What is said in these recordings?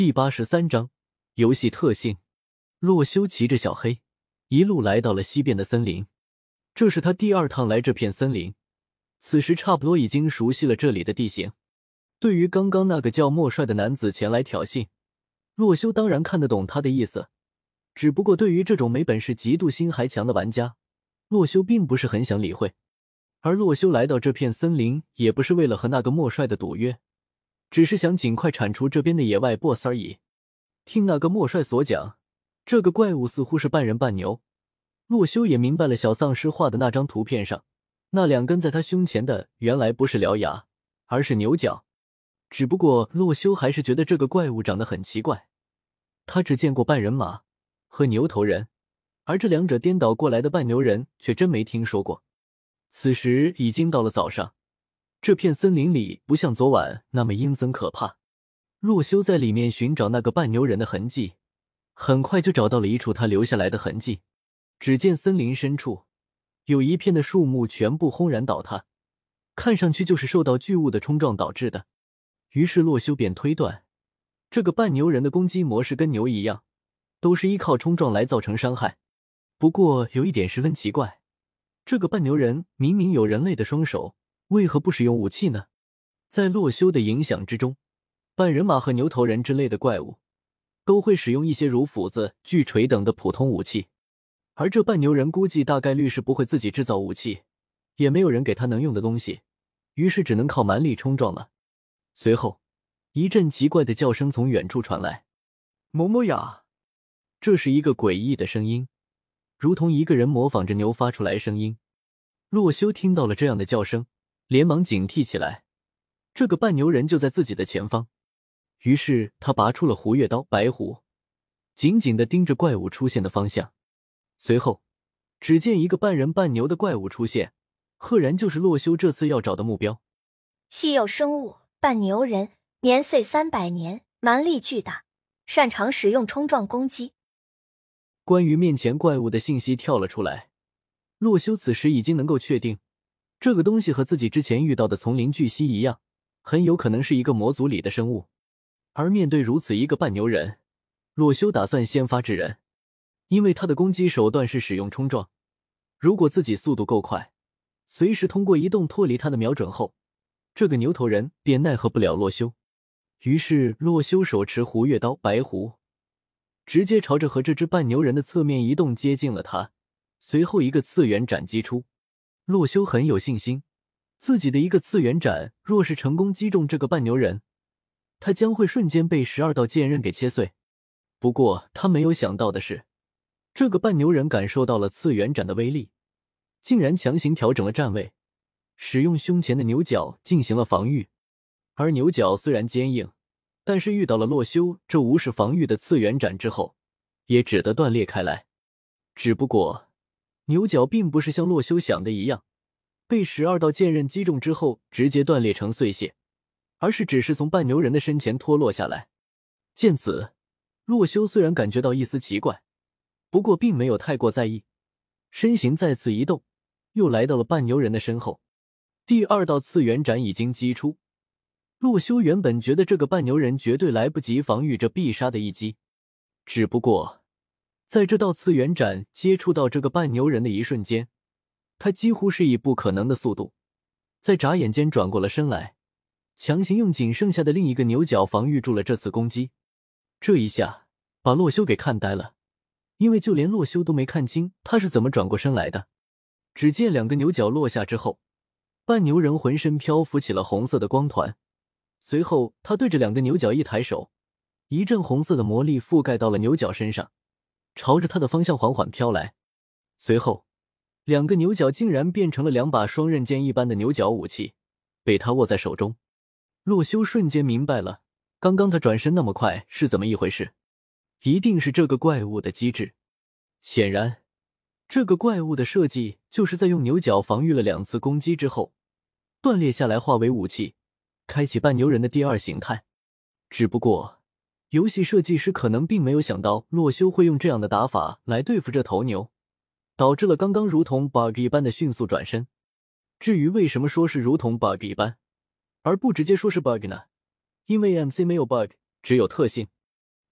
第83章游戏特性。洛修骑着小黑一路来到了西边的森林，这是他第2趟来这片森林，此时差不多已经熟悉了这里的地形。对于刚刚那个叫莫帅的男子前来挑衅，洛修当然看得懂他的意思，只不过对于这种没本事嫉妒心还强的玩家，洛修并不是很想理会。而洛修来到这片森林也不是为了和那个莫帅的赌约，只是想尽快铲除这边的野外 BOSS 而已。听那个莫帅所讲，这个怪物似乎是半人半牛。洛修也明白了小丧尸画的那张图片上，那2根在他胸前的原来不是獠牙，而是牛角。只不过洛修还是觉得这个怪物长得很奇怪，他只见过半人马和牛头人，而这2者颠倒过来的半牛人却真没听说过。此时已经到了早上，这片森林里不像昨晚那么阴森可怕。洛修在里面寻找那个半牛人的痕迹，很快就找到了一处他留下来的痕迹。只见森林深处有一片的树木全部轰然倒塌，看上去就是受到巨物的冲撞导致的。于是洛修便推断，这个半牛人的攻击模式跟牛一样，都是依靠冲撞来造成伤害。不过有一点十分奇怪，这个半牛人明明有人类的双手，为何不使用武器呢？在洛修的影响之中，半人马和牛头人之类的怪物都会使用一些如斧子、锯锤等的普通武器，而这半牛人估计大概率是不会自己制造武器，也没有人给他能用的东西，于是只能靠蛮力冲撞了。随后一阵奇怪的叫声从远处传来，某某呀！这是一个诡异的声音，如同一个人模仿着牛发出来声音。洛修听到了这样的叫声，连忙警惕起来，这个半牛人就在自己的前方。于是他拔出了胡月刀白虎，紧紧地盯着怪物出现的方向。随后只见一个半人半牛的怪物出现，赫然就是洛修这次要找的目标。 稀有生物半牛人，年岁300年，蛮力巨大，擅长使用冲撞攻击。 关于面前怪物的信息跳了出来，洛修此时已经能够确定，这个东西和自己之前遇到的丛林巨蜥一样，很有可能是一个魔族里的生物。而面对如此一个半牛人，洛修打算先发制人，因为他的攻击手段是使用冲撞，如果自己速度够快，随时通过移动脱离他的瞄准后，这个牛头人便奈何不了洛修。于是洛修手持胡月刀白狐，直接朝着和这只半牛人的侧面移动接近了他，随后一个次元斩击出。洛修很有信心，自己的一个次元斩若是成功击中这个半牛人，他将会瞬间被12道剑刃给切碎。不过他没有想到的是，这个半牛人感受到了次元斩的威力，竟然强行调整了站位，使用胸前的牛角进行了防御。而牛角虽然坚硬，但是遇到了洛修这无视防御的次元斩之后，也只得断裂开来。只不过牛角并不是像洛修想的一样，被12道剑刃击中之后直接断裂成碎屑，而是只是从半牛人的身前脱落下来。见此，洛修虽然感觉到一丝奇怪，不过并没有太过在意，身形再次移动，又来到了半牛人的身后。第2道次元斩已经击出，洛修原本觉得这个半牛人绝对来不及防御这必杀的一击，只不过在这道次元斩接触到这个半牛人的一瞬间，他几乎是以不可能的速度，在眨眼间转过了身来，强行用仅剩下的另一个牛角防御住了这次攻击。这一下把洛修给看呆了，因为就连洛修都没看清他是怎么转过身来的。只见2个牛角落下之后，半牛人浑身漂浮起了红色的光团，随后他对着2个牛角一抬手，一阵红色的魔力覆盖到了牛角身上，朝着他的方向缓缓飘来。随后2个牛角竟然变成了2把双刃剑一般的牛角武器，被他握在手中。洛修瞬间明白了，刚刚他转身那么快是怎么一回事，一定是这个怪物的机制。显然这个怪物的设计就是在用牛角防御了2次攻击之后，断裂下来化为武器，开启半牛人的第2形态。只不过游戏设计师可能并没有想到洛修会用这样的打法来对付这头牛，导致了刚刚如同 bug 一般的迅速转身。至于为什么说是如同 bug 一般，而不直接说是 bug 呢？因为 MC 没有 bug， 只有特性。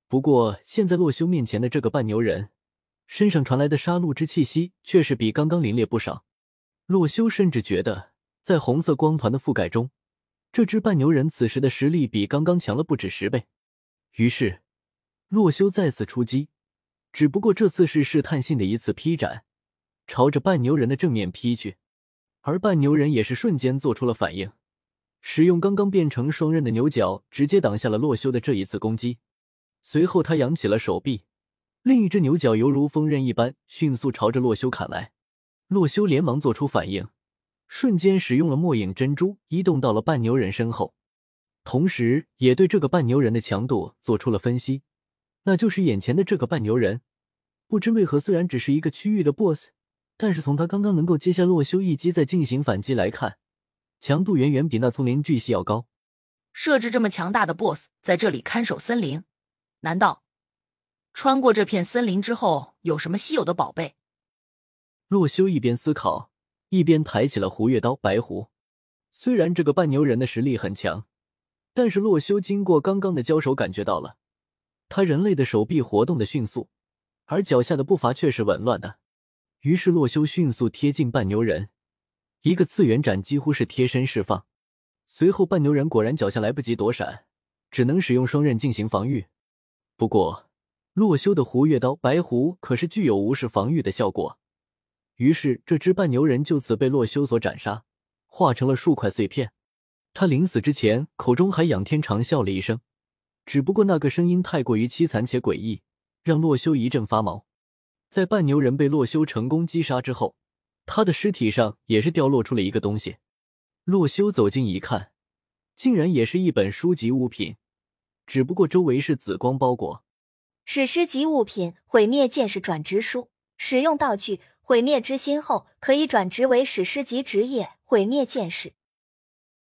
不过现在洛修面前的这个半牛人身上传来的杀戮之气息却是比刚刚凛冽不少。洛修甚至觉得在红色光团的覆盖中，这只半牛人此时的实力比刚刚强了不止10倍。于是洛修再次出击，只不过这次是试探性的一次劈斩，朝着半牛人的正面劈去。而半牛人也是瞬间做出了反应，使用刚刚变成双刃的牛角直接挡下了洛修的这一次攻击。随后他扬起了手臂，另一只牛角犹如锋刃一般迅速朝着洛修砍来。洛修连忙做出反应，瞬间使用了末影珍珠移动到了半牛人身后，同时也对这个半牛人的强度做出了分析，那就是眼前的这个半牛人不知为何虽然只是一个区域的 BOSS， 但是从他刚刚能够接下洛修一击再进行反击来看，强度远远比那丛林巨蜥要高。 设置这么强大的 BOSS 在这里看守森林，难道穿过这片森林之后有什么稀有的宝贝？ 洛修一边思考一边抬起了胡月刀白狐。虽然这个半牛人的实力很强，但是洛修经过刚刚的交手感觉到了他人类的手臂活动的迅速，而脚下的步伐却是紊乱的。于是洛修迅速贴近半牛人，一个次元斩几乎是贴身释放。随后半牛人果然脚下来不及躲闪，只能使用双刃进行防御。不过洛修的胡月刀白狐可是具有无视防御的效果，于是这只半牛人就此被洛修所斩杀，化成了数块碎片。他临死之前口中还仰天长啸了一声，只不过那个声音太过于凄惨且诡异，让洛修一阵发毛。在半牛人被洛修成功击杀之后，他的尸体上也是掉落出了一个东西。洛修走近一看，竟然也是一本书籍物品，只不过周围是紫光包裹。 史诗级物品毁灭剑士转职书，使用道具毁灭之心后可以转职为史诗级职业毁灭剑士。